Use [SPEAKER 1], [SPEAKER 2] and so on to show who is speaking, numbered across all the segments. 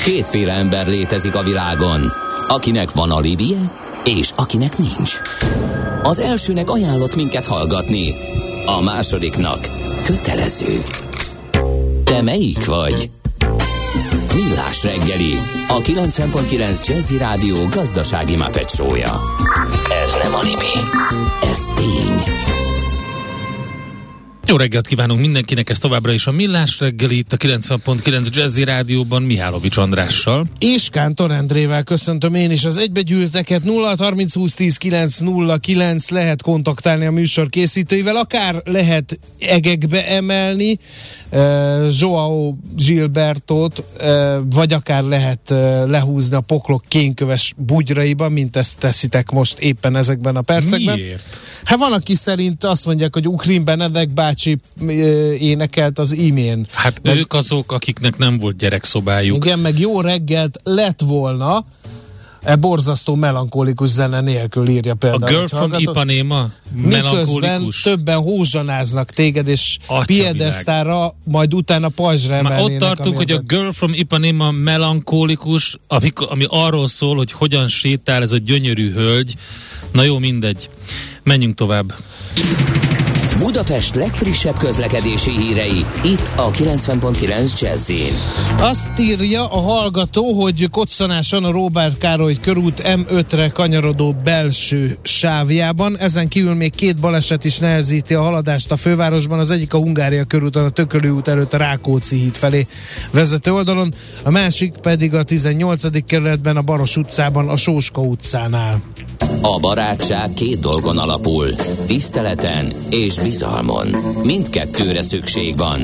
[SPEAKER 1] Kétféle ember létezik a világon, akinek van alibije, és akinek nincs. Az elsőnek ajánlott minket hallgatni, a másodiknak kötelező. Te melyik vagy? Millás reggeli, a 90.9 Jazzy Rádió gazdasági Muppet show-ja. Ez nem anime, ez tény.
[SPEAKER 2] Jó reggelt kívánunk mindenkinek, ez továbbra is a Millás reggeli, itt a 90.9 Jazzy Rádióban Mihálovics Andrással.
[SPEAKER 3] És Kántor Endrével köszöntöm én is az egybegyűlteket. 0630 20 10 909 lehet kontaktálni a műsor készítőivel, akár lehet egekbe emelni João Gilbertot, vagy akár lehet lehúzni a poklok kénköves bugyraiba, mint ezt teszitek most éppen ezekben a percekben.
[SPEAKER 2] Miért?
[SPEAKER 3] Hát van, aki szerint azt mondják, hogy Ukrin Benedek bácsi énekelt az imén.
[SPEAKER 2] Hát meg ők azok, akiknek nem volt gyerekszobájuk.
[SPEAKER 3] Igen, meg jó reggelt lett volna, borzasztó melankolikus zene nélkül, írja például.
[SPEAKER 2] A Girl from Ipanema melankolikus.
[SPEAKER 3] Többen hózsanáznak téged, és piedesztára, majd utána pajzsra emelnének.
[SPEAKER 2] Ott tartunk, hogy a Girl from Ipanema melankolikus, ami arról szól, hogy hogyan sétál ez a gyönyörű hölgy. Na jó, mindegy. Menjünk tovább.
[SPEAKER 1] Budapest legfrissebb közlekedési hírei, itt a 90.9 Jazz-in.
[SPEAKER 3] Azt írja a hallgató, hogy koccanáson a Róbert Károly körút M5-re kanyarodó belső sávjában. Ezen kívül még két baleset is nehezíti a haladást a fővárosban. Az egyik a Hungária körúton, a Tököli út előtt a Rákóczi híd felé vezető oldalon, a másik pedig a 18. kerületben a Baros utcában, a Sóska utcánál.
[SPEAKER 1] A barátság két dolgon alapul, tiszteleten és bizalmon. Mindkettőre szükség van.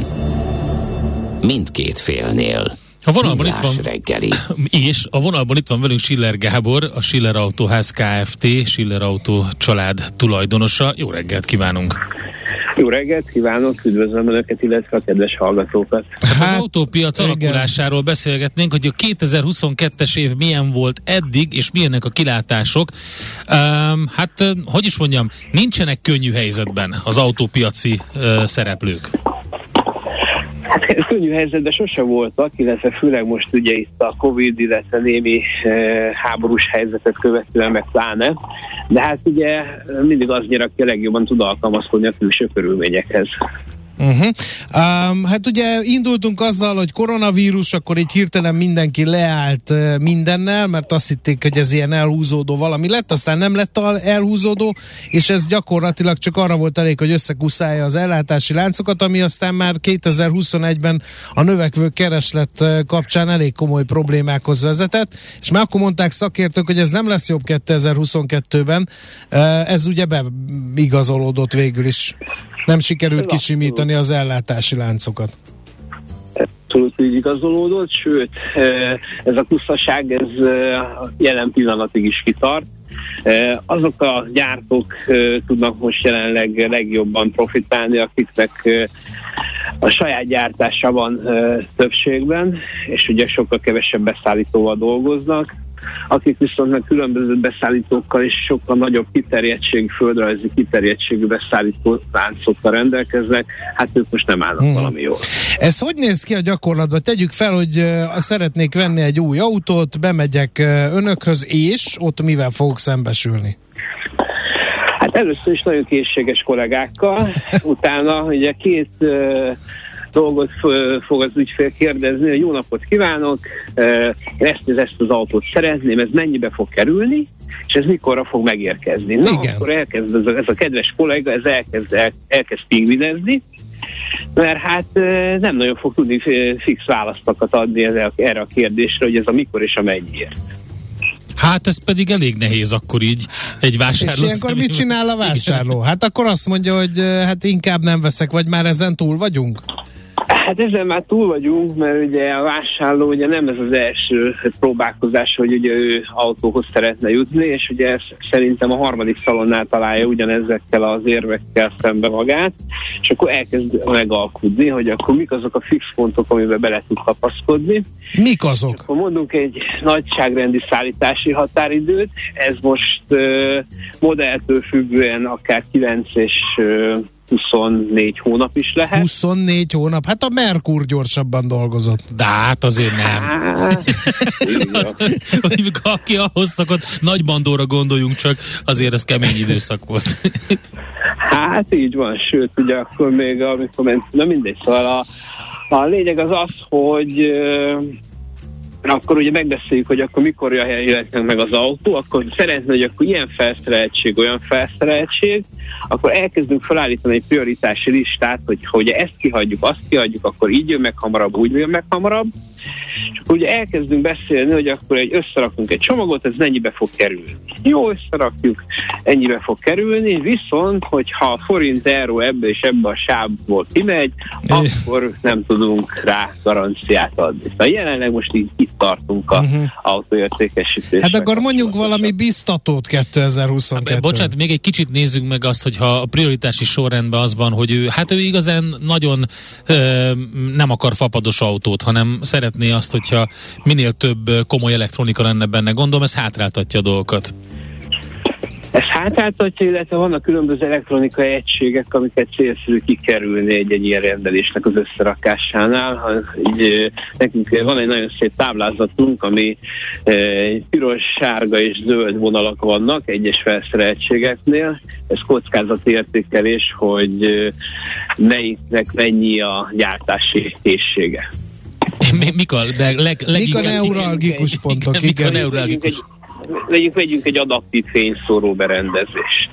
[SPEAKER 1] Mindkét félnél.
[SPEAKER 2] A vonalban itt van,
[SPEAKER 1] reggeli.
[SPEAKER 2] És a vonalban itt van velünk Schiller Gábor, a Schiller Autóház Kft. Schiller Autó család tulajdonosa. Jó reggelt kívánunk!
[SPEAKER 4] Jó reggelt kívánok, üdvözlöm Önöket, illetve a kedves hallgatókat.
[SPEAKER 2] Hát az autópiac alakulásáról beszélgetnénk, hogy a 2022-es év milyen volt eddig, és milyenek a kilátások. Hogy is mondjam, nincsenek könnyű helyzetben az autópiaci szereplők.
[SPEAKER 4] Hát könnyű helyzetben sose voltak, illetve főleg most ugye itt a Covid, illetve némi háborús helyzetet követően meg pláne, de hát ugye mindig az nyer, aki a legjobban tud alkalmazkodni a külső körülményekhez.
[SPEAKER 3] Hát ugye indultunk azzal, hogy koronavírus, akkor így hirtelen mindenki leállt mindennel, mert azt hitték, hogy ez ilyen elhúzódó valami lett, aztán nem lett elhúzódó, és ez gyakorlatilag csak arra volt elég, hogy összekuszálja az ellátási láncokat, ami aztán már 2021-ben a növekvő kereslet kapcsán elég komoly problémákhoz vezetett, és már akkor mondták szakértők, hogy ez nem lesz jobb 2022-ben, ez ugye beigazolódott végül is. Nem sikerült kisimítani az ellátási láncokat.
[SPEAKER 4] Abszolút így igazolódott, sőt, ez a kuszaság, ez jelen pillanatig is kitart. Azok a gyártók tudnak most jelenleg legjobban profitálni, akiknek a saját gyártása van többségben, és ugye sokkal kevesebb beszállítóval dolgoznak. Akik viszont meg különböző beszállítókkal és sokkal nagyobb kiterjedtségű, földrajzi kiterjedtségű beszállító láncokkal rendelkeznek, hát ők most nem állnak valami jól.
[SPEAKER 3] Ez hogy néz ki a gyakorlatban? Tegyük fel, hogy szeretnék venni egy új autót, bemegyek önökhöz, és ott mivel fogok szembesülni?
[SPEAKER 4] Hát először is nagyon készséges kollégákkal, utána ugye két dolgot fog az ügyfél kérdezni, hogy jó napot kívánok, én ezt az autót szeretném, ez mennyibe fog kerülni, és ez mikorra fog megérkezni. Na, igen. Akkor elkezd ez a kedves kollega, ez elkezd pingvinezni, mert hát nem nagyon fog tudni fix válaszokat adni erre a kérdésre, hogy ez a mikor és a mennyiért.
[SPEAKER 2] Hát ez pedig elég nehéz akkor így egy vásárló.
[SPEAKER 3] És ilyenkor mit csinál a vásárló? Hát akkor azt mondja, hogy hát inkább nem veszek, vagy már ezen túl vagyunk?
[SPEAKER 4] Hát ezen már túl vagyunk, mert ugye a vásárló ugye nem ez az első próbálkozás, hogy ugye ő autóhoz szeretne jutni, és ugye szerintem a harmadik szalonnál találja ugyanezekkel az érvekkel szembe magát, és akkor elkezd megalkudni, hogy akkor mik azok a fix pontok, amiben bele tud kapaszkodni.
[SPEAKER 3] Mik azok?
[SPEAKER 4] Akkor mondunk egy nagyságrendi szállítási határidőt, ez most modelltől függően akár 9 és 24 hónap is lehet.
[SPEAKER 3] 24 hónap? Hát a Merkur gyorsabban dolgozott.
[SPEAKER 2] De hát azért nem. Aki ahhoz szokott, nagy bandóra gondoljunk csak, azért ez kemény időszak volt.
[SPEAKER 4] Hát így van, sőt, ugye akkor még amikor na mindegy, szóval a lényeg az, hogy akkor ugye megbeszéljük, hogy akkor mikor jöhetnek meg az autó, akkor szeretne, hogy akkor ilyen felszereltség, olyan felszereltség, akkor elkezdünk felállítani egy prioritási listát, hogy ezt kihagyjuk, azt kihagyjuk, akkor így jön meg hamarabb, úgy jön meg hamarabb, és akkor ugye elkezdünk beszélni, hogy akkor összerakunk egy csomagot, ez mennyibe fog kerülni. Jó, összerakjuk, ennyibe fog kerülni, viszont, hogyha a forint, euró ebbe és ebbe a sávból kimegy, akkor nem tudunk rá garanciát adni. Szóval jelenleg most így itt tartunk a autóértékesítésre.
[SPEAKER 3] Hát akkor mondjuk valami biztatót 2022.
[SPEAKER 2] Bocsánat, még egy kicsit nézzük meg azt, hogyha a prioritási sorrendben az van, hogy ő igazán nagyon nem akar fapados autót, hanem szeretné azt, hogyha minél több komoly elektronika lenne benne. Gondolom, ez hátráltatja a dolgokat.
[SPEAKER 4] Ez hátráltatja, illetve vannak különböző elektronikai egységek, amiket célszerű kikerülni egy ilyen rendelésnek az összerakásánál. Nekünk van egy nagyon szép táblázatunk, ami piros, sárga és zöld vonalak vannak egyes felszereltségeknél. Ez kockázatértékelés, hogy melyiknek mennyi a gyártási készsége.
[SPEAKER 2] Mik a
[SPEAKER 3] neuralgikus pontok?
[SPEAKER 4] Vegyünk egy adaptív fényszóró berendezést.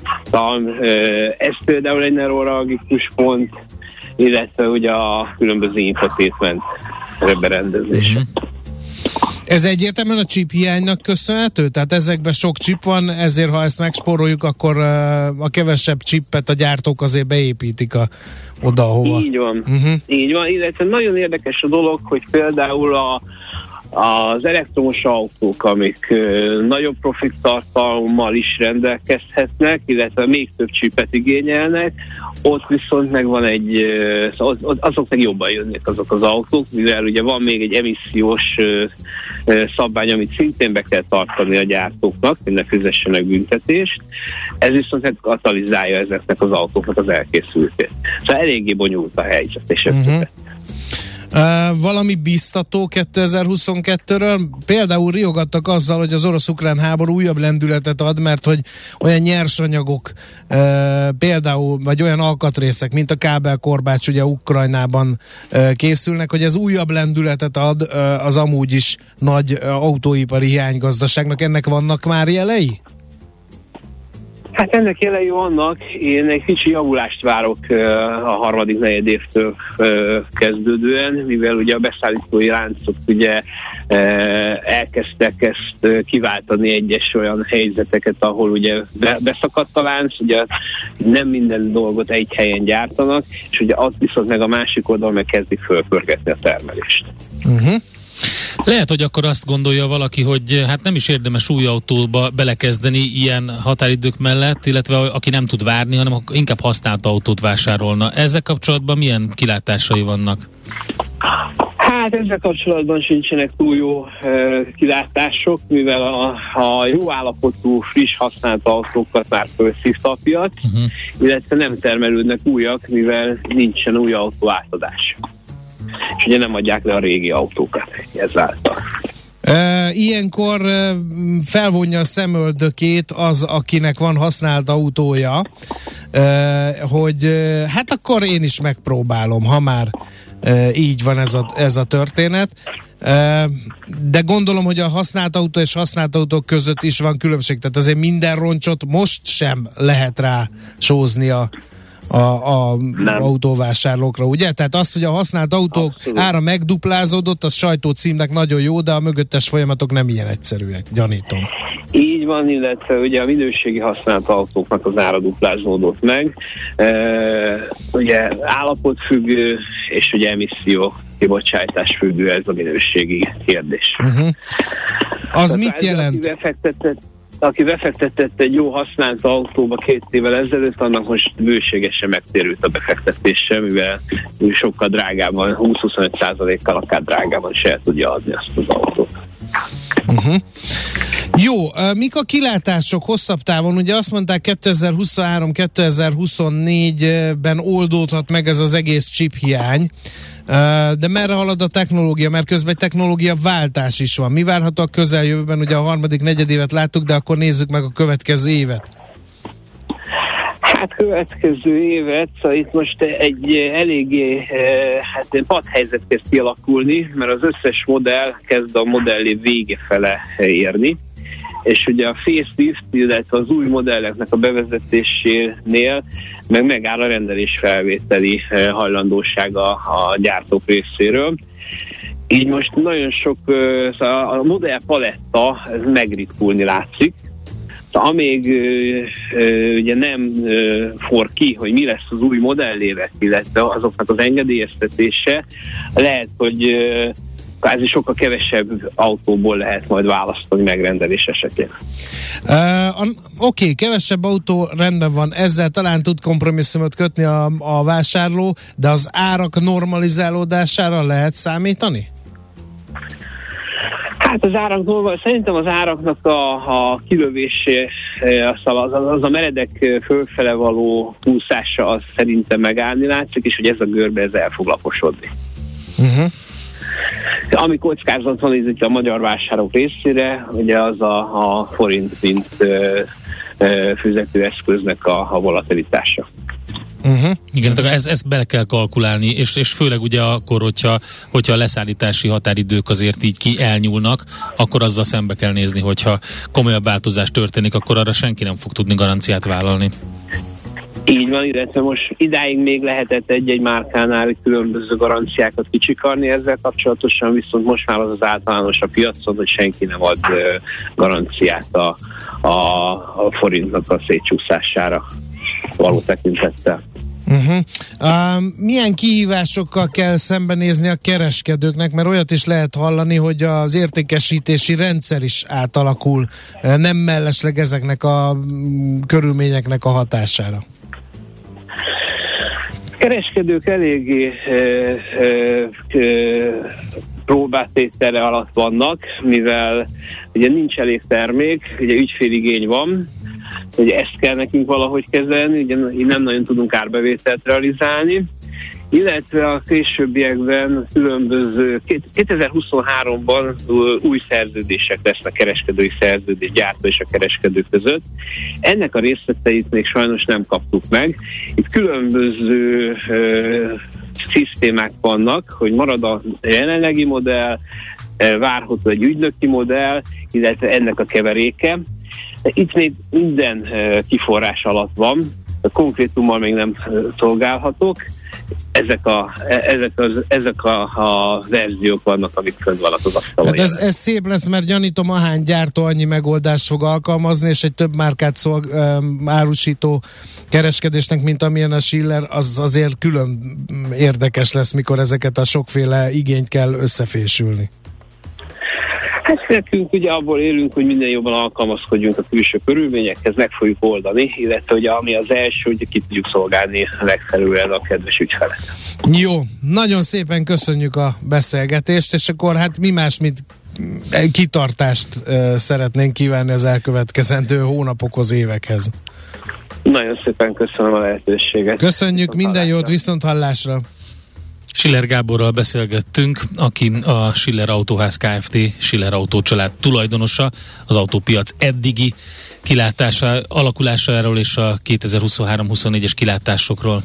[SPEAKER 4] Ez például egy neuralgikus pont, illetve ugye a különböző infotainment berendezések.
[SPEAKER 3] Ez egyértelműen a chip hiánynak köszönhető? Tehát ezekben sok chip van, ezért ha ezt megspóroljuk, akkor a kevesebb chipet a gyártók azért beépítik oda, ahova.
[SPEAKER 4] Így van. Így van, illetve nagyon érdekes a dolog, hogy például az elektromos autók, amik nagyobb profit tartalommal is rendelkezhetnek, illetve még több csipet igényelnek, ott viszont meg van azok meg jobban jönnek azok az autók, mivel ugye van még egy emissziós szabvány, amit szintén be kell tartani a gyártóknak, hogy ne fizessenek büntetést. Ez viszont katalizálja ezeknek az autóknak az elkészültét. Szóval eléggé bonyolult a helyzet, és
[SPEAKER 3] valami biztató 2022-ről? Például riogattak azzal, hogy az orosz-ukrán háború újabb lendületet ad, mert hogy olyan nyersanyagok például, vagy olyan alkatrészek, mint a kábelkorbács ugye Ukrajnában készülnek, hogy ez újabb lendületet ad az amúgy is nagy autóipari hiánygazdaságnak. Ennek vannak már jelei?
[SPEAKER 4] Hát ennek jelei vannak, én egy kicsi javulást várok a harmadik negyedévtől kezdődően, mivel ugye a beszállítói láncok ugye elkezdtek ezt kiváltani egyes olyan helyzeteket, ahol ugye beszakadt a lánc, ugye nem minden dolgot egy helyen gyártanak, és ugye az viszont meg a másik oldal meg kezdi fölpörgetni a termelést.
[SPEAKER 2] Lehet, hogy akkor azt gondolja valaki, hogy hát nem is érdemes új autóba belekezdeni ilyen határidők mellett, illetve aki nem tud várni, hanem inkább használt autót vásárolna. Ezzel kapcsolatban milyen kilátásai vannak?
[SPEAKER 4] Hát ezzel kapcsolatban sincsenek túl jó kilátások, mivel a jó állapotú, friss használt autókat már felszívta a piac, illetve nem termelődnek újak, mivel nincsen új autó átadás. És ugye nem adják le a régi autókat ezáltal.
[SPEAKER 3] Ilyenkor felvonja a szemöldökét az, akinek van használt autója, hogy hát akkor én is megpróbálom, ha már így van ez a történet. De gondolom, hogy a használt autó és használt autók között is van különbség, tehát azért minden roncsot most sem lehet rá sózni a autóvásárlókra, ugye? Tehát az, hogy a használt autók ára megduplázódott, az sajtócímnek nagyon jó, de a mögöttes folyamatok nem ilyen egyszerűek, gyanítom.
[SPEAKER 4] Így van, illetve ugye a minőségi használt autóknak az ára duplázódott meg. Ugye állapotfüggő és ugye emisszió kibocsátás függő ez a minőségi kérdés.
[SPEAKER 3] Az mit jelent?
[SPEAKER 4] Aki befektetett egy jó használt autóba 2 évvel ezelőtt, annak most bőségesen megtérült a befektetése, mivel sokkal drágában, 20-25%-kal akár drágában se tudja adni azt az autót.
[SPEAKER 3] Jó, mik a kilátások hosszabb távon? Ugye azt mondták 2023-2024-ben oldódhat meg ez az egész chip hiány, de merre halad a technológia? Mert közben egy technológia váltás is van. Mi várható a közeljövőben? Ugye a harmadik negyedévet láttuk, de akkor nézzük meg a következő évet.
[SPEAKER 4] Hát következő évet, szóval itt most egy eléggé padhelyzet kezd kialakulni, mert az összes modell kezd a modellév vége fele érni, és ugye a facelift, illetve az új modelleknek a bevezetésénél megáll a rendelésfelvételi hajlandósága a gyártók részéről. Így most nagyon sok, a modell paletta megritkulni látszik. Amíg ugye nem for ki, hogy mi lesz az új modellévek, illetve azoknak az engedélyeztetése, lehet, hogy kvázi sokkal kevesebb autóból lehet majd választani megrendelés esetén.
[SPEAKER 3] Oké, kevesebb autó rendben van, ezzel talán tud kompromisszumot kötni a vásárló, de az árak normalizálódására lehet számítani?
[SPEAKER 4] Hát az szerintem az áraknak a kilövése, az a meredek fölfele való húzása, az szerintem megállni látszik, és hogy ez a görbe ez el fog laposodni. Ami kockázat van itt a magyar vásárok részére, ugye az a forint, mint fizetőeszköznek a volatilitása.
[SPEAKER 2] Igen, ezt bele kell kalkulálni, és főleg ugye akkor, hogyha a leszállítási határidők azért így elnyúlnak, akkor azzal szembe kell nézni, hogyha komolyabb változás történik, akkor arra senki nem fog tudni garanciát vállalni.
[SPEAKER 4] Így van, illetve most idáig még lehetett egy-egy márkánál különböző garanciákat kicsikarni ezzel kapcsolatosan, viszont most már az általános a piacon, hogy senki nem ad garanciát a forintnak a szétcsúszására való tekintettel.
[SPEAKER 3] Milyen kihívásokkal kell szembenézni a kereskedőknek, mert olyat is lehet hallani, hogy az értékesítési rendszer is átalakul, nem mellesleg ezeknek a körülményeknek a hatására.
[SPEAKER 4] Kereskedők eléggé próbáltétele alatt vannak, mivel ugye nincs elég termék, ugye ügyféligény van, ugye ezt kell nekünk valahogy kezelni, ugye nem nagyon tudunk árbevételt realizálni, illetve a későbbiekben különböző 2023-ban új szerződések lesznek, kereskedői szerződés, gyártó és a kereskedő között. Ennek a részleteit még sajnos nem kaptuk meg. Itt különböző szisztémák vannak, hogy marad a jelenlegi modell, várható egy ügynöki modell, illetve ennek a keveréke. Itt még minden kiforrás alatt van, konkrétummal még nem szolgálhatok. Ezek a verziók vannak, amik fönt vannak az asztalon.
[SPEAKER 3] Hát ez szép lesz, mert gyanítom, ahány gyártó annyi megoldást fog alkalmazni, és egy több márkát árusító kereskedésnek, mint amilyen a Schiller, az azért külön érdekes lesz, mikor ezeket a sokféle igényt kell összefésülni.
[SPEAKER 4] Hát nekünk ugye abból élünk, hogy minden jobban alkalmazkodjunk a külső körülményekhez, meg fogjuk oldani, illetve ugye ami az első, hogy ki tudjuk szolgálni legfelülően a kedves ügyfelet.
[SPEAKER 3] Jó, nagyon szépen köszönjük a beszélgetést, és akkor hát mi más, mint kitartást szeretnénk kívánni az elkövetkezendő hónapokhoz, évekhez.
[SPEAKER 4] Nagyon szépen köszönöm a lehetőséget.
[SPEAKER 3] Köszönjük, minden jót, viszont hallásra!
[SPEAKER 2] Schiller Gáborral beszélgettünk, aki a Schiller Autóház Kft. Schiller Autócsalád tulajdonosa, az autópiac eddigi kilátása, alakulásáról és a 2023-24-es kilátásokról.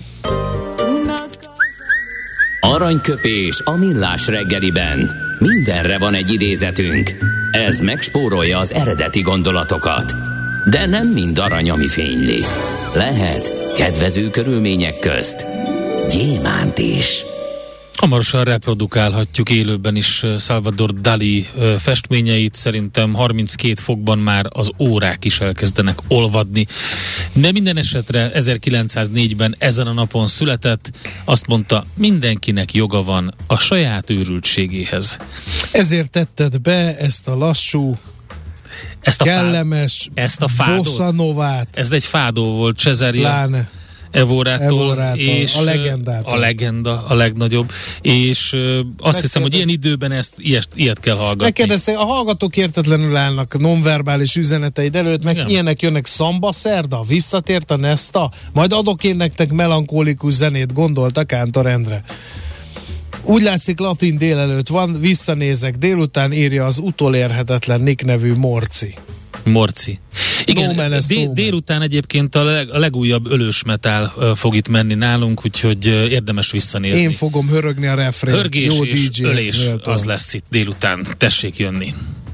[SPEAKER 1] Aranyköpés a millás reggeliben. Mindenre van egy idézetünk. Ez megspórolja az eredeti gondolatokat. De nem mind arany, ami fényli. Lehet kedvező körülmények közt gyémánt is.
[SPEAKER 2] Hamarosan reprodukálhatjuk élőben is Salvador Dali festményeit, szerintem 32 fokban már az órák is elkezdenek olvadni. De minden esetre 1904-ben ezen a napon született, azt mondta, mindenkinek joga van a saját őrültségéhez.
[SPEAKER 3] Ezért tetted be ezt a lassú, kellemes
[SPEAKER 2] ezt a fádót,
[SPEAKER 3] bossa novát.
[SPEAKER 2] Ez egy fádó volt, Cesaria.
[SPEAKER 3] Pláne.
[SPEAKER 2] Evorától, és
[SPEAKER 3] a
[SPEAKER 2] legenda, a legnagyobb, és azt hiszem, hogy ilyen időben ilyet kell hallgatni.
[SPEAKER 3] Megkérdezte, a hallgatók értetlenül állnak nonverbális üzeneteid előtt, meg igen. Ilyenek jönnek, Szamba Szerda, visszatért a Nesta, majd adok én nektek melankolikus zenét, gondolta Kántor Endre. Úgy látszik, latin délelőtt van, visszanézek délután, írja az utolérhetetlen Nick nevű Morci.
[SPEAKER 2] Igen, délután egyébként a legújabb ölős metál fog itt menni nálunk, úgyhogy érdemes visszanézni.
[SPEAKER 3] Én fogom hörögni a refrént.
[SPEAKER 2] Hörgés jó és DJ ölés, az lesz itt délután. Tessék jönni.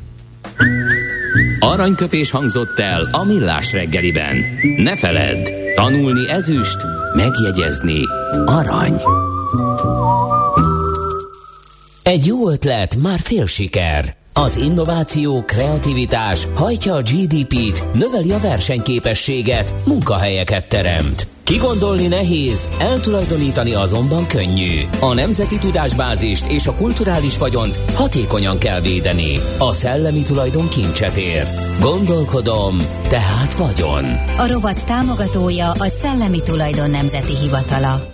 [SPEAKER 1] Aranyköpés hangzott el a Millás reggeliben. Ne feledd, tanulni ezüst, megjegyezni arany. Egy jó ötlet már fél siker. Az innováció, kreativitás hajtja a GDP-t, növeli a versenyképességet, munkahelyeket teremt. Kigondolni nehéz, eltulajdonítani azonban könnyű. A nemzeti tudásbázist és a kulturális vagyont hatékonyan kell védeni. A szellemi tulajdon kincset ér. Gondolkodom, tehát vagyon.
[SPEAKER 5] A rovat támogatója a Szellemi Tulajdon Nemzeti Hivatala.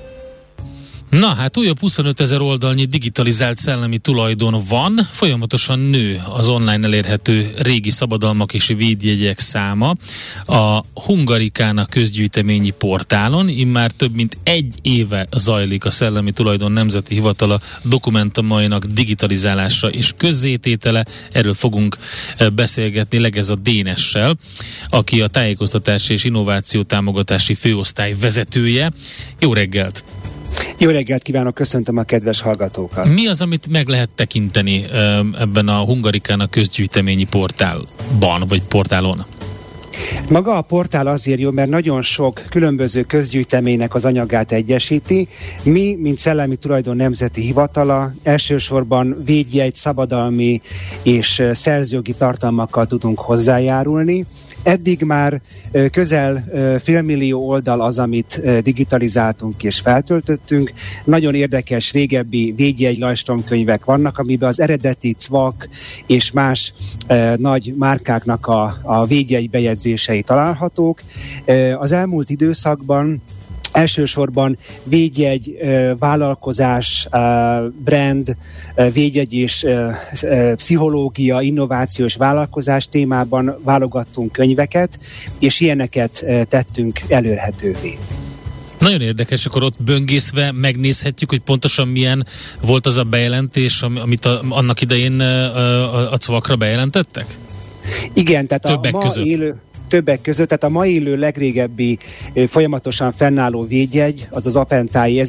[SPEAKER 2] Na hát újabb 25 000 oldalnyi digitalizált szellemi tulajdon van, folyamatosan nő az online elérhető régi szabadalmak és védjegyek száma. A Hungarikána közgyűjteményi portálon immár több mint 1 éve zajlik a Szellemi Tulajdon Nemzeti Hivatala dokumentumainak digitalizálása és közzététele. Erről fogunk beszélgetni Legez a Dénessel, aki a tájékoztatási és innováció támogatási főosztály vezetője. Jó reggelt!
[SPEAKER 6] Jó reggelt kívánok, köszöntöm a kedves hallgatókat!
[SPEAKER 2] Mi az, amit meg lehet tekinteni ebben a Hungarikána közgyűjteményi portálban, vagy portálon?
[SPEAKER 6] Maga a portál azért jó, mert nagyon sok különböző közgyűjteménynek az anyagát egyesíti. Mi, mint Szellemi Tulajdon Nemzeti Hivatala, elsősorban védjegy, szabadalmi és szerzőjogi tartalmakkal tudunk hozzájárulni. Eddig már közel 500 000 oldal az, amit digitalizáltunk és feltöltöttünk. Nagyon érdekes régebbi védjegy lajstromkönyvek vannak, amiben az eredeti CVAK és más nagy márkáknak a védjegy bejegyzései találhatók. Az elmúlt időszakban elsősorban védjegy, vállalkozás, brand, védjegy és pszichológia, innovációs vállalkozás témában válogattunk könyveket, és ilyeneket tettünk elérhetővé.
[SPEAKER 2] Nagyon érdekes, akkor ott böngészve megnézhetjük, hogy pontosan milyen volt az a bejelentés, amit annak idején a CVAK-ra bejelentettek?
[SPEAKER 6] Igen, tehát többek között, tehát a ma élő legrégebbi folyamatosan fennálló védjegy, az Apentái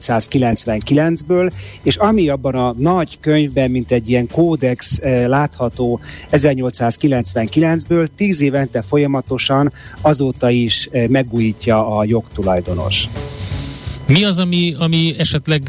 [SPEAKER 6] 1899-ből, és ami abban a nagy könyvben, mint egy ilyen kódex látható 1899-ből, 10 évente folyamatosan azóta is megújítja a jogtulajdonos.
[SPEAKER 2] Mi az, ami esetleg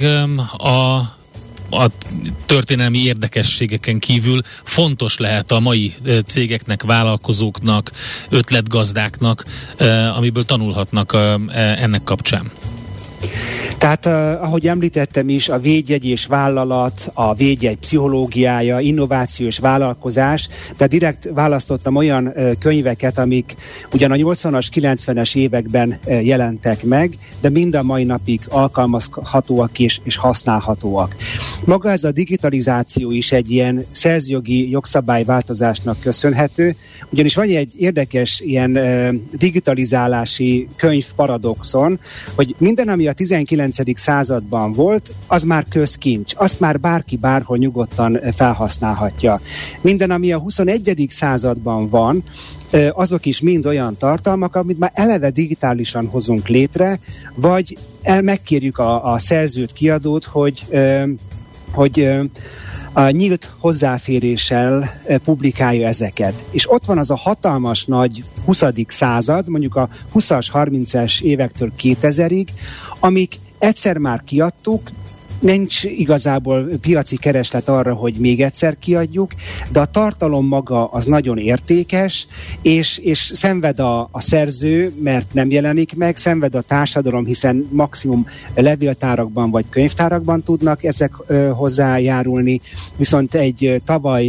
[SPEAKER 2] a történelmi érdekességeken kívül fontos lehet a mai cégeknek, vállalkozóknak, ötletgazdáknak, amiből tanulhatnak ennek kapcsán?
[SPEAKER 6] Tehát, ahogy említettem is, a védjegy és vállalat, a védjegy pszichológiája, innovációs vállalkozás, de direkt választottam olyan könyveket, amik ugyan a 80-as, 90-es években jelentek meg, de mind a mai napig alkalmazhatóak és használhatóak. Maga ez a digitalizáció is egy ilyen szerzőjogi jogszabályváltozásnak köszönhető, ugyanis van egy érdekes ilyen digitalizálási könyv paradoxon, hogy minden, ami a 19. században volt, az már közkincs, azt már bárki bárhol nyugodtan felhasználhatja. Minden, ami a 21. században van, azok is mind olyan tartalmak, amit már eleve digitálisan hozunk létre, vagy megkérjük a szerzőt, kiadót, hogy a nyílt hozzáféréssel publikálja ezeket. És ott van az a hatalmas nagy 20. század, mondjuk a 20-as, 30-es évektől 2000-ig, amik egyszer már kiadtuk, nincs igazából piaci kereslet arra, hogy még egyszer kiadjuk, de a tartalom maga az nagyon értékes, és szenved a szerző, mert nem jelenik meg, szenved a társadalom, hiszen maximum levéltárakban vagy könyvtárakban tudnak ezek hozzájárulni, viszont egy tavaly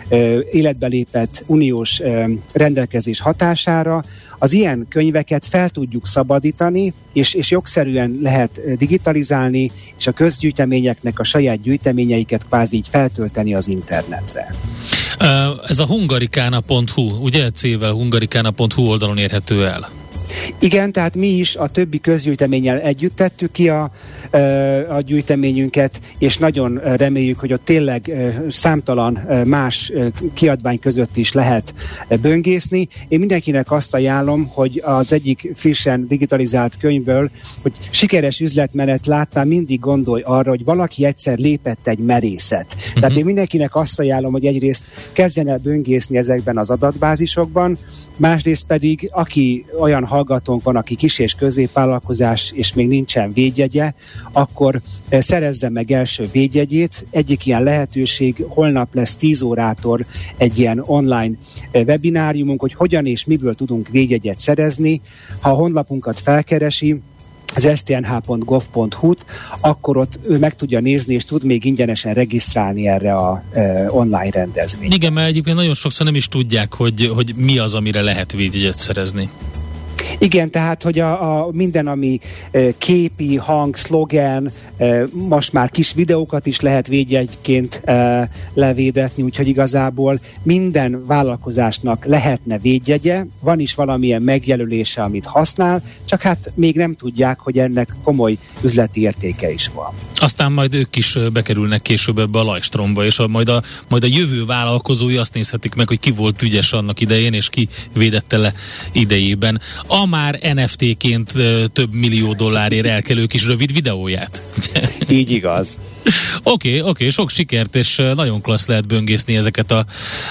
[SPEAKER 6] életbe lépett uniós rendelkezés hatására az ilyen könyveket fel tudjuk szabadítani, és jogszerűen lehet digitalizálni, és a közgyűjteményeknek a saját gyűjteményeiket kvázi így feltölteni az internetre.
[SPEAKER 2] Ez a hungaricana.hu, ugye C-vel hungaricana.hu oldalon érhető el?
[SPEAKER 6] Igen, tehát mi is a többi közgyűjteménnyel együtt tettük ki a gyűjteményünket, és nagyon reméljük, hogy ott tényleg számtalan más kiadvány között is lehet böngészni. Én mindenkinek azt ajánlom, hogy az egyik frissen digitalizált könyvből, hogy sikeres üzletmenet láttál, mindig gondolj arra, hogy valaki egyszer lépett egy merészet. Tehát én mindenkinek azt ajánlom, hogy egyrészt kezdjen el böngészni ezekben az adatbázisokban, másrészt pedig, aki olyan hallgatónk van, aki kis- és középvállalkozás, és még nincsen védjegye, akkor szerezze meg első védjegyét. Egyik ilyen lehetőség, holnap lesz 10 órától egy ilyen online webináriumunk, hogy hogyan és miből tudunk védjegyet szerezni. Ha a honlapunkat felkeresi, az stnh.gov.hu-t, akkor ott ő meg tudja nézni, és tud még ingyenesen regisztrálni erre a online rendezvényre.
[SPEAKER 2] Igen, mert egyébként nagyon sokszor nem is tudják, hogy mi az, amire lehet védjegyet szerezni.
[SPEAKER 6] Igen, tehát, hogy a minden, ami képi, hang, szlogen, most már kis videókat is lehet védjegyként levédetni, úgyhogy igazából minden vállalkozásnak lehetne védjegye, van is valamilyen megjelölése, amit használ, csak hát még nem tudják, hogy ennek komoly üzleti értéke is van.
[SPEAKER 2] Aztán majd ők is bekerülnek később ebbe a lajstromba, és majd a jövő vállalkozói azt nézhetik meg, hogy ki volt ügyes annak idején, és ki védette le idejében a már NFT-ként több millió dollárért elkelő kis rövid videóját.
[SPEAKER 6] Így igaz.
[SPEAKER 2] Oké, sok sikert, és nagyon klassz lehet böngészni ezeket a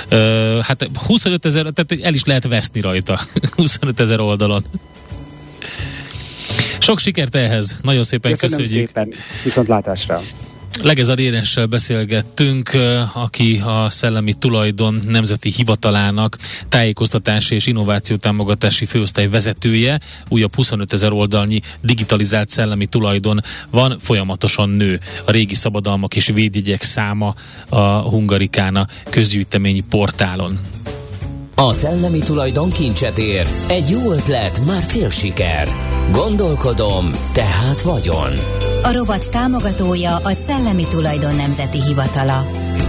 [SPEAKER 2] 25 000, tehát el is lehet veszni rajta 25 000 oldalon. Sok sikert ehhez, nagyon szépen köszönjük.
[SPEAKER 6] Szépen, viszontlátásra.
[SPEAKER 2] Legezad Érenssel beszélgettünk, aki a Szellemi Tulajdon Nemzeti Hivatalának tájékoztatási és innovációtámogatási főosztály vezetője. Újabb 25 000 oldalnyi digitalizált szellemi tulajdon van, folyamatosan nő a régi szabadalmak és védjegyek száma a Hungaricana közgyűjteményi portálon.
[SPEAKER 1] A szellemi tulajdon kincset ér. Egy jó ötlet, már fél siker. Gondolkodom, tehát vagyon.
[SPEAKER 5] A rovat támogatója a Szellemi Tulajdon Nemzeti Hivatala.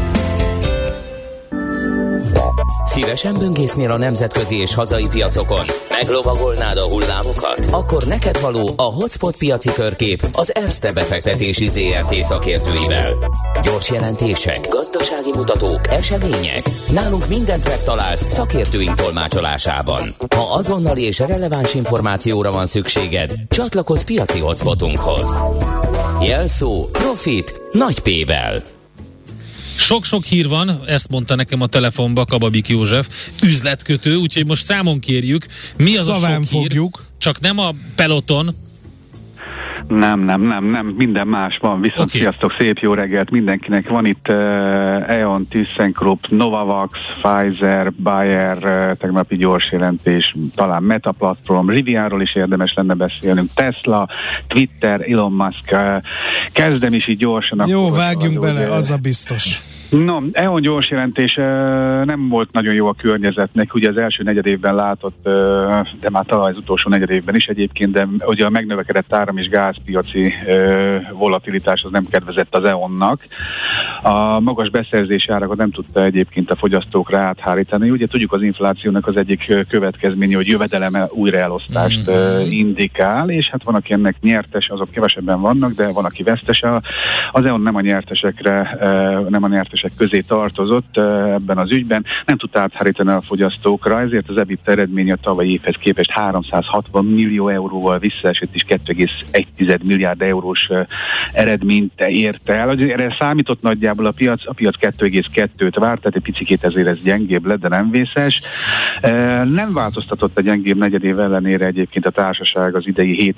[SPEAKER 1] Szívesen böngésznél a nemzetközi és hazai piacokon? Meglovagolnád a hullámokat? Akkor neked való a Hotspot piaci körkép az Erste befektetési ZRT szakértőivel. Gyors jelentések, gazdasági mutatók, események. Nálunk mindent megtalálsz szakértőink tolmácsolásában. Ha azonnali és releváns információra van szükséged, csatlakozz piaci hotspotunkhoz. Jelszó Profit nagy P-vel.
[SPEAKER 2] Sok-sok hír van, ezt mondta nekem a telefonba Kababik József, üzletkötő, úgyhogy most számon kérjük, mi az
[SPEAKER 3] Szaván
[SPEAKER 2] a sok
[SPEAKER 3] fogjuk.
[SPEAKER 2] hír, csak nem a Peloton.
[SPEAKER 7] Nem, minden más van, viszont sziasztok, szép jó reggelt mindenkinek. Van itt E.ON, ThyssenKrupp, Novavax, Pfizer, Bayer, tegnapi gyors jelentés, talán Meta Platform, Rivianról is érdemes lenne beszélnünk, Tesla, Twitter, Elon Musk, kezdem is így gyorsan.
[SPEAKER 3] Jó, vágjunk bele, az a biztos.
[SPEAKER 7] No, E.ON gyors jelentés nem volt nagyon jó a környezetnek, ugye az első negyedévben látott, de már talán az utolsó negyedévben is egyébként, de ugye a megnövekedett áram- és gázpiaci volatilitás az nem kedvezett az E.ON-nak. A magas beszerzési árakat nem tudta egyébként a fogyasztókra áthárítani. Ugye tudjuk, az inflációnak az egyik következménye, hogy jövedelem újraelosztást indikál, és hát van, aki ennek nyertes, azok kevesebben vannak, de van, aki vesztes. Az E.ON nem a nyertesek közé tartozott ebben az ügyben, nem tudta áthárítani a fogyasztókra, ezért az EBITDA eredménye a tavalyi évhez képest 360 millió euróval visszaesett, és 2,1 milliárd eurós eredményt ért el. Erre számított nagyjából a piac 2,2-t várt, tehát egy picikét ezért ez gyengébb lett, de nem vészes. Nem változtatott a gyengébb negyedév ellenére egyébként a társaság az idei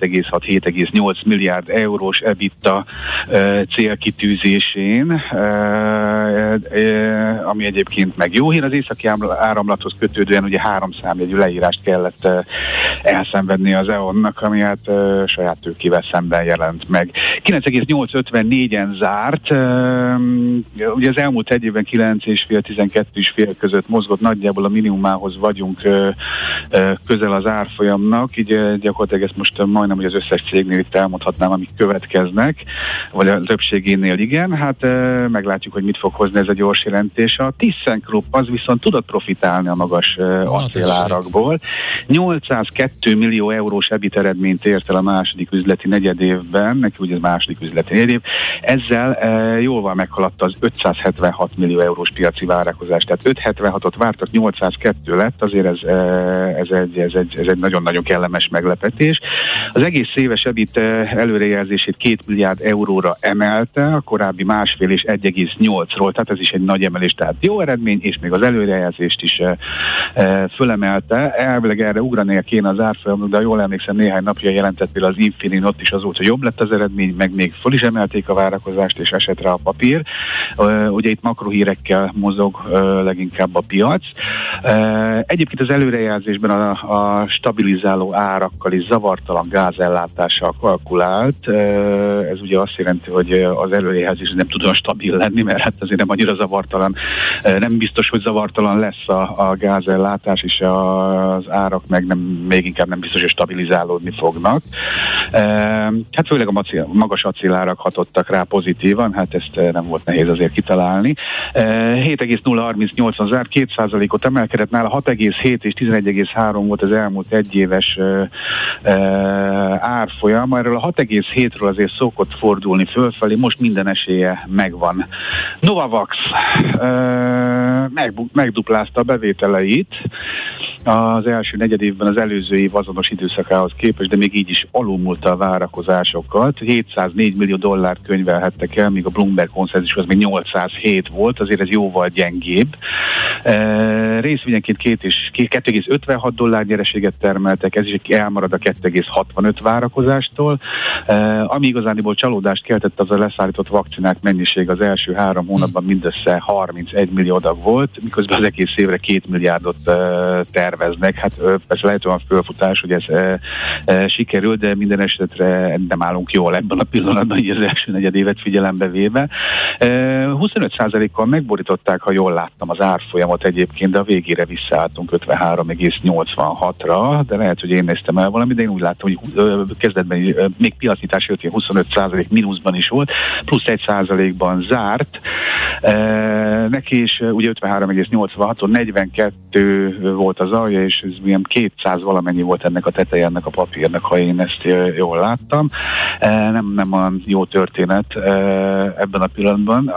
[SPEAKER 7] 7,6-7,8 milliárd eurós EBITDA célkitűzésén, ami egyébként meg jó hír, az északi áramlathoz kötődően ugye 3 számjegyű leírást kellett elszenvedni az EON-nak, ami hát saját tőkével szemben jelent meg. 9,854-en zárt, ugye az elmúlt egy évben 9,5-12,5 között mozgott, nagyjából a minimumához vagyunk közel az árfolyamnak, így gyakorlatilag ezt most majdnem, hogy az összes cégnél itt elmondhatnám, amik következnek, vagy a többségénél igen, hát meglátjuk, hogy mit fog hozni ez a gyors jelentés. A ThyssenKrupp az viszont tudott profitálni a magas acélárakból. 802 millió eurós EBIT eredményt ért el a második üzleti negyedévben, neki ugye az második üzleti negyedév, ezzel jóval meghaladta az 576 millió eurós piaci várakozás, tehát 576-ot vártak, 802 lett, azért ez egy nagyon-nagyon kellemes meglepetés. Az egész éves EBIT előrejelzését 2 milliárd euróra emelte, a korábbi 1,5 és 1,8-ról, tehát ez is egy nagy emelés, tehát jó eredmény, és még az előrejelzést is fölemelte. Elvileg erre ugrania kéne az árfolyamnak, de jól emlékszem, néhány napja jelentett például az Infineon, ott is az volt, hogy jobb lett az eredmény, meg még föl is emelték a várakozást, és esett rá a papír. Ugye itt makrohírekkel mozog leginkább a piac. Egyébként az előrejelzésben a stabilizáló árakkal és zavartalan gázellátással kalkulált. Ez ugye azt jelenti, hogy az előrejelzés nem tud olyan stabil lenni, mert hát azért nem annyira zavartalan, nem biztos, hogy zavartalan lesz a gázellátás, és az árak meg még inkább nem biztos, hogy stabilizálódni fognak. Hát főleg a magas acélárak hatottak rá pozitívan, hát ezt nem volt nehéz azért kitalálni. 7,038-on zárt, 2%-ot emelkedett, nála 6,7 és 11,3 volt az elmúlt egyéves árfolyam. Erről a 6,7-ről azért szokott fordulni fölfelé, most minden esélye megvan. Novavax megduplázta a bevételeit az első negyedévben az előző év azonos időszakához képest, de még így is alulmúlta a várakozásokat. 704 millió dollárt könyvelhettek el, míg a Bloomberg konszenzus az még 807 volt, azért ez jóval gyengébb. Részvényenként 2,56 dollár nyereséget termeltek, ez is elmarad a 2,65 várakozástól. Ami igazániból csalódást keltett, az a leszállított vakcinák mennyiség az első 3 hónapban mindössze 31 millió adag volt, miközben az egész évre 2 milliárdot terveznek. Hát persze lehet olyan fölfutás, hogy ez sikerül, de minden esetre nem állunk jól ebben a pillanatban, így az első negyedévet figyelembe véve. 25%-kal megborították, ha jól láttam, az árfolyamot egyébként, de a végére visszaálltunk 53,86-ra, de lehet, hogy én néztem el valamit, de én úgy láttam, hogy kezdetben még piacnyitás jött, 25% mínuszban is volt, plusz 1%-ban zárt. Neki is ugye 53,86-on 42 volt az alja, és ez milyen 200 valamennyi volt ennek a teteje, ennek a papírnak, ha én ezt jól láttam. Nem olyan jó történet ebben a pillanatban.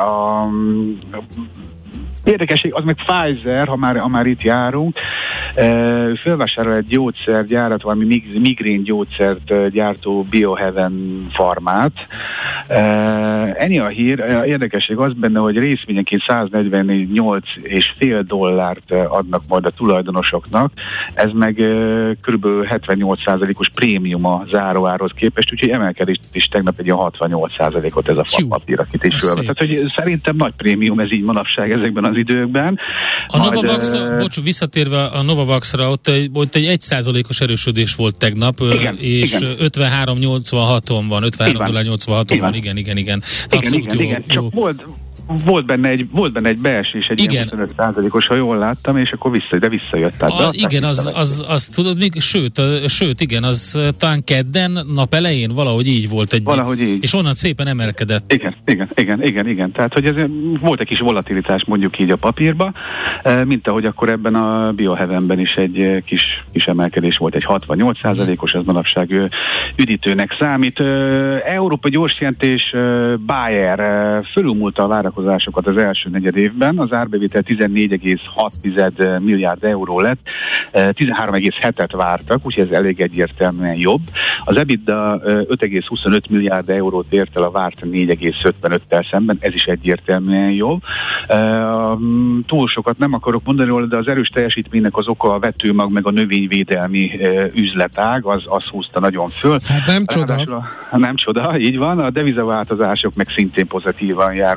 [SPEAKER 7] Érdekesség, az meg Pfizer, ha már itt járunk, fölvásárol egy gyógyszergyárat, valami migrén gyógyszert gyártó Biohaven farmát. Ennyi a hír, érdekesség az benne, hogy részvényenként 148,5 dollárt adnak majd a tulajdonosoknak, ez meg kb. 78%-os prémium a záróárhoz képest, úgyhogy emelkedést is tegnap egy 68%-ot ez a papír, akit is fölvett. Tehát, hogy szerintem nagy prémium ez így manapság ezekben az időkben.
[SPEAKER 2] A Novavax, visszatérve a Novavaxra, ott egy 1%-os erősödés volt tegnap, igen, és 53,86-on van, 53,86-on van, igen. Abszolút jó.
[SPEAKER 7] Csak volt benne egy beesés, egy ilyen 25%-os, ha jól láttam, és akkor visszajött.
[SPEAKER 2] Igen, az tudod, sőt, igen, az talán kedden nap elején valahogy így volt így. És onnan szépen emelkedett.
[SPEAKER 7] Igen. Tehát, hogy ez volt egy kis volatilitás mondjuk így a papírba, mint ahogy akkor ebben a Biohavenben is egy kis emelkedés volt, egy 68%-os, ez manapság üdítőnek számít. Európa gyorsjelentés Bayer fölülmúlta a várakozásokat az első negyed évben, az árbevétel 14,6 milliárd euró lett, 13,7-et vártak, úgyhogy ez elég egyértelműen jobb. Az EBITDA 5,25 milliárd eurót ért el a várt 4,55-tel szemben, ez is egyértelműen jobb. Túl sokat nem akarok mondani róla, de az erős teljesítménynek az oka a vetőmag meg a növényvédelmi üzletág, az húzta nagyon föl.
[SPEAKER 3] Hát nem csoda.
[SPEAKER 7] Nem csoda, így van. A devizaváltozások meg szintén pozitívan járultak hozzá.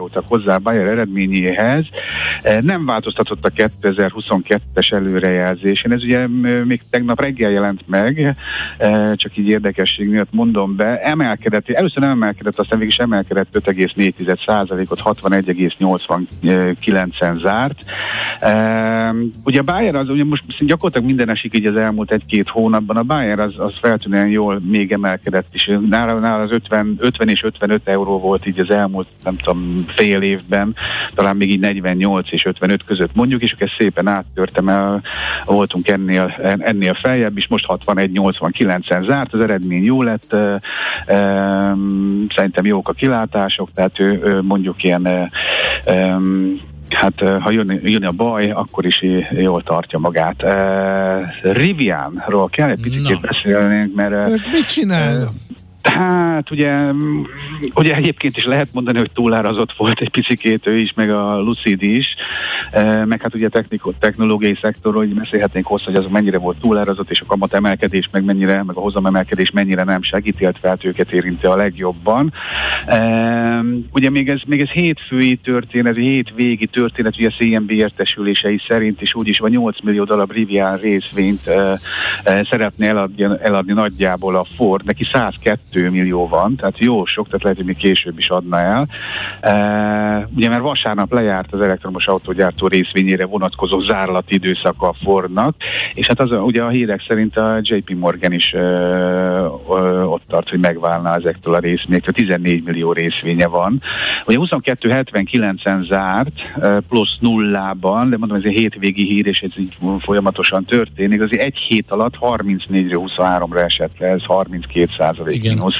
[SPEAKER 7] hozzá a Bayer eredményéhez. Nem változtatott a 2022-es előrejelzésén. Ez ugye még tegnap reggel jelent meg, csak így érdekesség miatt mondom be. Először nem emelkedett, aztán végig is emelkedett 5,4%-ot, 61,89-en zárt. Ugye a Bayer az, ugye most gyakorlatilag minden esik így az elmúlt 1-2 hónapban, a Bayer az feltűnően jól még emelkedett is. Nála az 50 és 55 euró volt így az elmúlt, nem tudom, fél évben, talán még így 48 és 55 között mondjuk, és akkor szépen áttörtem el, voltunk ennél feljebb is, most 61,89-en zárt, az eredmény jó lett, szerintem jók a kilátások, tehát ő mondjuk ilyen hát ha jön a baj, akkor is jól tartja magát. Rivianról kell egy picit beszélnünk, mert
[SPEAKER 3] mit csinálnak?
[SPEAKER 7] Hát ugye egyébként is lehet mondani, hogy túlárazott volt egy picikét ő is, meg a Lucid is, meg hát ugye technológiai szektorról, hogy beszélhetnénk hozzá, hogy az mennyire volt túlárazott, és a kamat emelkedés meg a hozamemelkedés mennyire nem segíti, illetve őket érinti a legjobban. Ugye még ez hétfői történet, hétvégi történet, ugye a CMB értesülései szerint is úgyis van 8 millió darab Rivian részvényt szeretné eladni nagyjából a Ford, neki 102 millió van, tehát jó sok, tehát lehet, hogy még később is adna el. Ugye mert vasárnap lejárt az elektromos autógyártó részvényére vonatkozó zárlati időszaka a Fordnak, és hát ugye a hírek szerint a JP Morgan is ott tart, hogy megválna ezektől a részvényektől, 14 millió részvénye van. Ugye 22,79-en zárt, plusz nullában, de mondom, ez egy hétvégi hír, és ez így folyamatosan történik, azért egy hét alatt 34-re 23-ra esett le, ez 32% mínusz.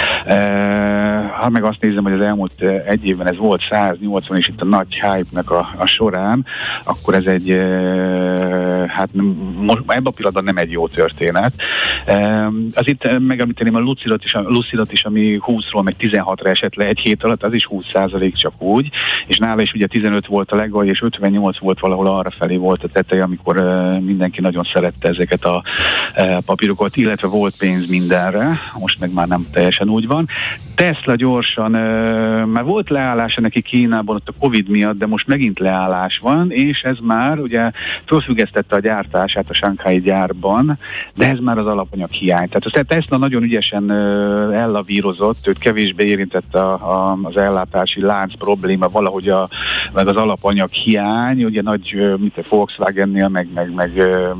[SPEAKER 7] Ha meg azt nézem, hogy az elmúlt egy évben ez volt 180, és itt a nagy hype-nek a során, akkor ez egy hát most ebben a pillanatban nem egy jó történet. Az itt megemlíteném a Lucidot is, ami 20-ról meg 16-ra esett le egy hét alatt, az is 20% csak úgy, és nála is ugye 15 volt a legalja, és 58 volt valahol arra felé volt a teteje, amikor mindenki nagyon szerette ezeket a papírokat, illetve volt pénz mindenre, most meg már nem teljesen úgy van. Tesla gyorsan, már volt leállása neki Kínában ott a Covid miatt, de most megint leállás van, és ez már ugye fölfüggesztette a gyártását a shanghai gyárban, de ez már az alapanyag hiány. Tehát a Tesla nagyon ügyesen ellavírozott, őt kevésbé érintette az ellátási lánc probléma, valahogy meg az alapanyag hiány, ugye nagy, mint a Volkswagennél, meg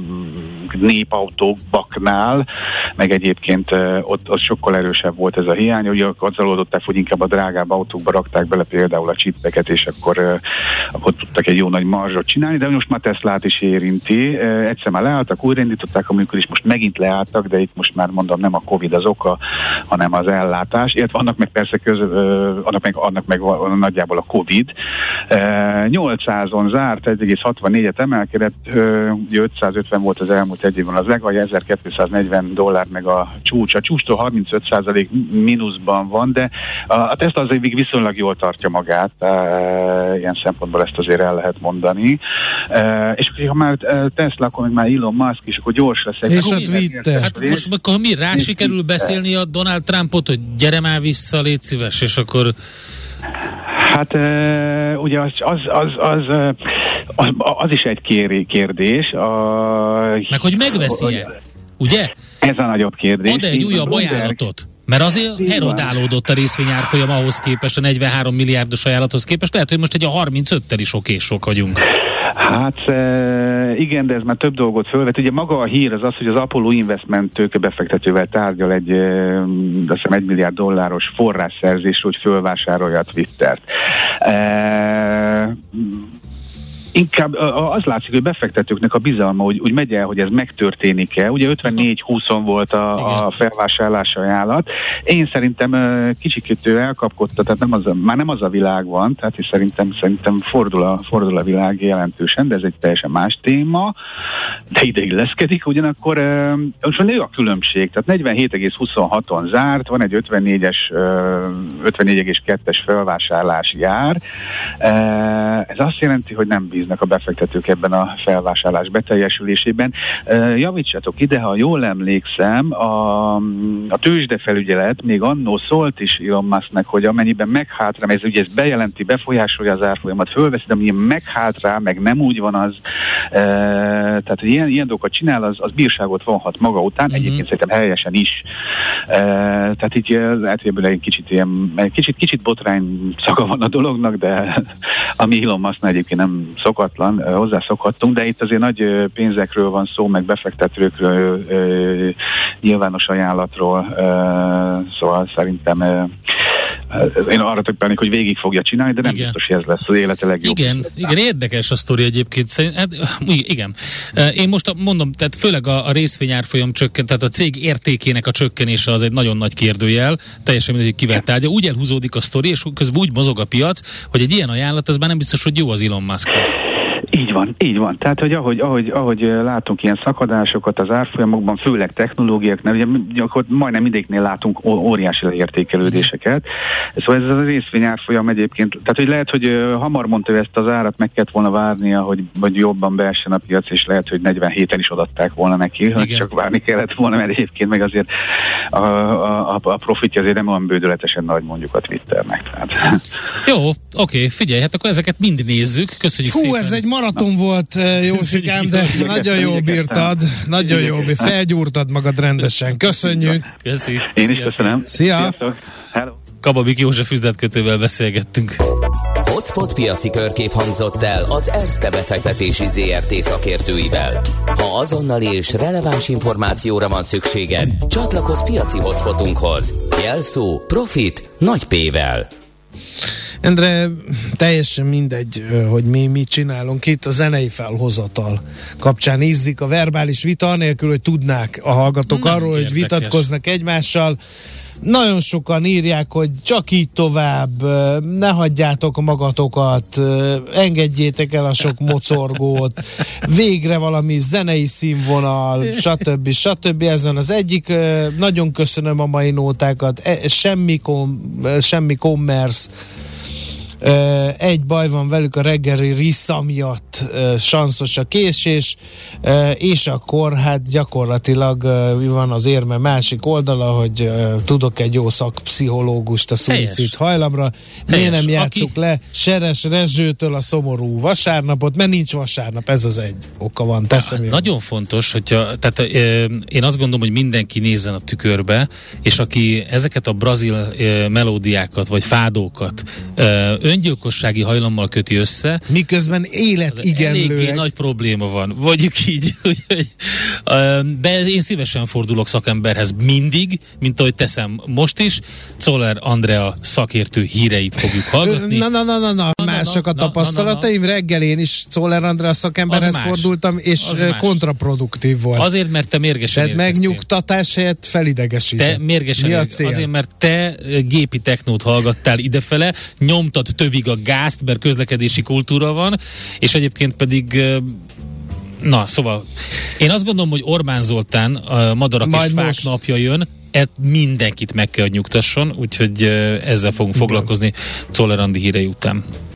[SPEAKER 7] népautóknál, meg egyébként ott sokkal erősebb volt ez a hiány, ugye azzal oldották, hogy inkább a drágább autókba rakták bele például a csippeket, és akkor tudtak egy jó nagy marzsot csinálni, de most már Teslát is érinti. Egyszer már leálltak, újraindították a működést, most megint leálltak, de itt most már mondom, nem a Covid az oka, hanem az ellátás, illetve annak meg persze annak meg nagyjából a Covid. 800-on zárt, 1,64-et emelkedett, ugye 550 volt az elmúlt egy évben az legalja, $1240 meg a csúcs. A csúcstól 35% mínuszban van, de a Tesla azért viszonylag jól tartja magát, ilyen szempontból ezt azért el lehet mondani. És ha már Tesla, akkor meg már Elon Musk is, akkor gyors lesz.
[SPEAKER 3] És a Twitter.
[SPEAKER 2] Hát most akkor mi rá sikerül beszélni a Donald Trumpot, hogy gyere már vissza, légy szíves, és akkor...
[SPEAKER 7] Hát ugye az is egy kérdés.
[SPEAKER 2] Meg hogy megveszi-e, ugye?
[SPEAKER 7] Ez a nagyobb kérdés.
[SPEAKER 2] Ad egy újabb ajánlatot? Mert azért erodálódott a részvényárfolyam ahhoz képest, a 43 milliárdos ajánlathoz képest. Lehet, hogy most egy a 35-tel is sok vagyunk.
[SPEAKER 7] Hát igen, de ez már több dolgot fölvet. Ugye maga a hír az, hogy az Apollo Investment tőkebefektetővel tárgyal egy azt hiszem $1 milliárd forrásszerzésről, hogy fölvásárolja a Twittert. Inkább az látszik, hogy befektetőknek a bizalma úgy megy el, hogy ez megtörténik-e. Ugye 54-20 volt a felvásárlás ajánlat. Én szerintem kicsikét elkapkodta, tehát már nem az a világ van, tehát szerintem fordul a világ jelentősen, de ez egy teljesen más téma, de ide illeszkedik. Ugyanakkor most nő a különbség, tehát 47,26-on zárt, van egy 54,2-es felvásárlás jár. Ez azt jelenti, hogy nem bíznak bíznak a befektetők ebben a felvásárlás beteljesülésében. Javítsatok ide, ha jól emlékszem, a tőzsdefelügyelet még annó szólt is Elon Musknak, hogy amennyiben meghátrál, ez ugye bejelenti, befolyásolja az árfolyamat, fölveszi, de amennyiben meghátrál, meg nem úgy van az, tehát hogy ilyen dolgokat csinál, az bírságot vonhat maga után, egyébként szerintem helyesen is. Tehát így lehet, hogy ebből kicsit botrány szaga van a dolognak, de ami Elon Musknál egyébként nem szokatlan, hozzászokhattunk, de itt azért nagy pénzekről van szó, meg befektetőkről, nyilvános ajánlatról, szóval szerintem én arra többenik, hogy végig fogja csinálni, de nem biztos, hogy ez lesz az élete legjobb.
[SPEAKER 2] Igen, érdekes a sztori egyébként. Igen. Én most mondom, tehát főleg a részvényárfolyam csökken, tehát a cég értékének a csökkenése az egy nagyon nagy kérdőjel, teljesen mindegy, hogy kivel tárgya. Úgy elhúzódik a sztori, és közben úgy mozog a piac, hogy egy ilyen ajánlat, ez már nem biztos, hogy jó az Elon Musknak.
[SPEAKER 7] Így van. Tehát, hogy ahogy látunk ilyen szakadásokat az árfolyamokban, főleg technológiáknál, ugye majdnem mindegyiknél látunk óriási értékelődéseket. Szóval ez a részvényárfolyam egyébként, tehát hogy lehet, hogy hamar mondta, hogy ezt az árat meg kellett volna várnia, hogy jobban beessen a piac, és lehet, hogy 47-en is adatták volna neki, hogy csak várni kellett volna, mert egyébként meg azért a profitja azért nem olyan bődöletesen nagy, mondjuk a Twitternek. Tehát.
[SPEAKER 2] Jó, oké, figyelj, hát akkor ezeket mind nézzük. Köszönjük szépen.
[SPEAKER 3] Ez egy maraton volt, Józsikám, de nagyon jól bírtad, nagyon jól bírtad, felgyúrtad magad rendesen. Köszönjük!
[SPEAKER 2] Köszi.
[SPEAKER 7] Én is köszönöm.
[SPEAKER 3] Szia!
[SPEAKER 7] Hello.
[SPEAKER 2] Kababik József üzletkötővel beszélgettünk.
[SPEAKER 1] Hotspot piaci körkép hangzott el az Erste befektetési ZRT szakértőivel. Ha azonnali és releváns információra van szükséged, csatlakozz piaci hotspotunkhoz. Jelszó Profit nagy P-vel.
[SPEAKER 3] Endre, teljesen mindegy, hogy mi mit csinálunk itt, a zenei felhozatal kapcsán ízzik a verbális vita, anélkül, hogy tudnák a hallgatók arról, hogy vitatkoznak egymással. Nagyon sokan írják, hogy csak így tovább, ne hagyjátok magatokat, engedjétek el a sok mocorgót, végre valami zenei színvonal, stb. Ez van az egyik. Nagyon köszönöm a mai nótákat, semmi commerce. Egy baj van velük, a reggeli rissza miatt sanszos a késés, és akkor hát gyakorlatilag van az érme másik oldala, hogy tudok egy jó szakpszichológust a szuicid hajlamra. Miért nem játsszuk le Seres Rezsőtől a szomorú vasárnapot, mert nincs vasárnap, ez az egy oka van.
[SPEAKER 2] Nagyon fontos, hogyha, tehát én azt gondolom, hogy mindenki nézzen a tükörbe, és aki ezeket a brazil melódiákat, vagy fádókat öngyilkossági hajlammal köti össze.
[SPEAKER 3] Miközben életigenlőek.
[SPEAKER 2] Eléggé nagy probléma van. Vagyjuk így. De én szívesen fordulok szakemberhez mindig, mint ahogy teszem most is. Czoller Andrea szakértő híreit fogjuk hallgatni.
[SPEAKER 3] Mások a tapasztalataim. Reggel én is Czoller Andrea szakemberhez fordultam, és kontraproduktív volt.
[SPEAKER 2] Azért, mert te mérgesen
[SPEAKER 3] érkeztél. Tehát megnyugtatás helyett felidegesített.
[SPEAKER 2] Te mérgesen azért, mert te gépi technót hallgattál idefele, nyomtad tövig a gázt, mert közlekedési kultúra van, és egyébként pedig szóval én azt gondolom, hogy Orbán Zoltán a Madarak és Fák napja jön, mindenkit meg kell, hogy nyugtasson, úgyhogy ezzel fogunk foglalkozni Czoller Andi hírei után.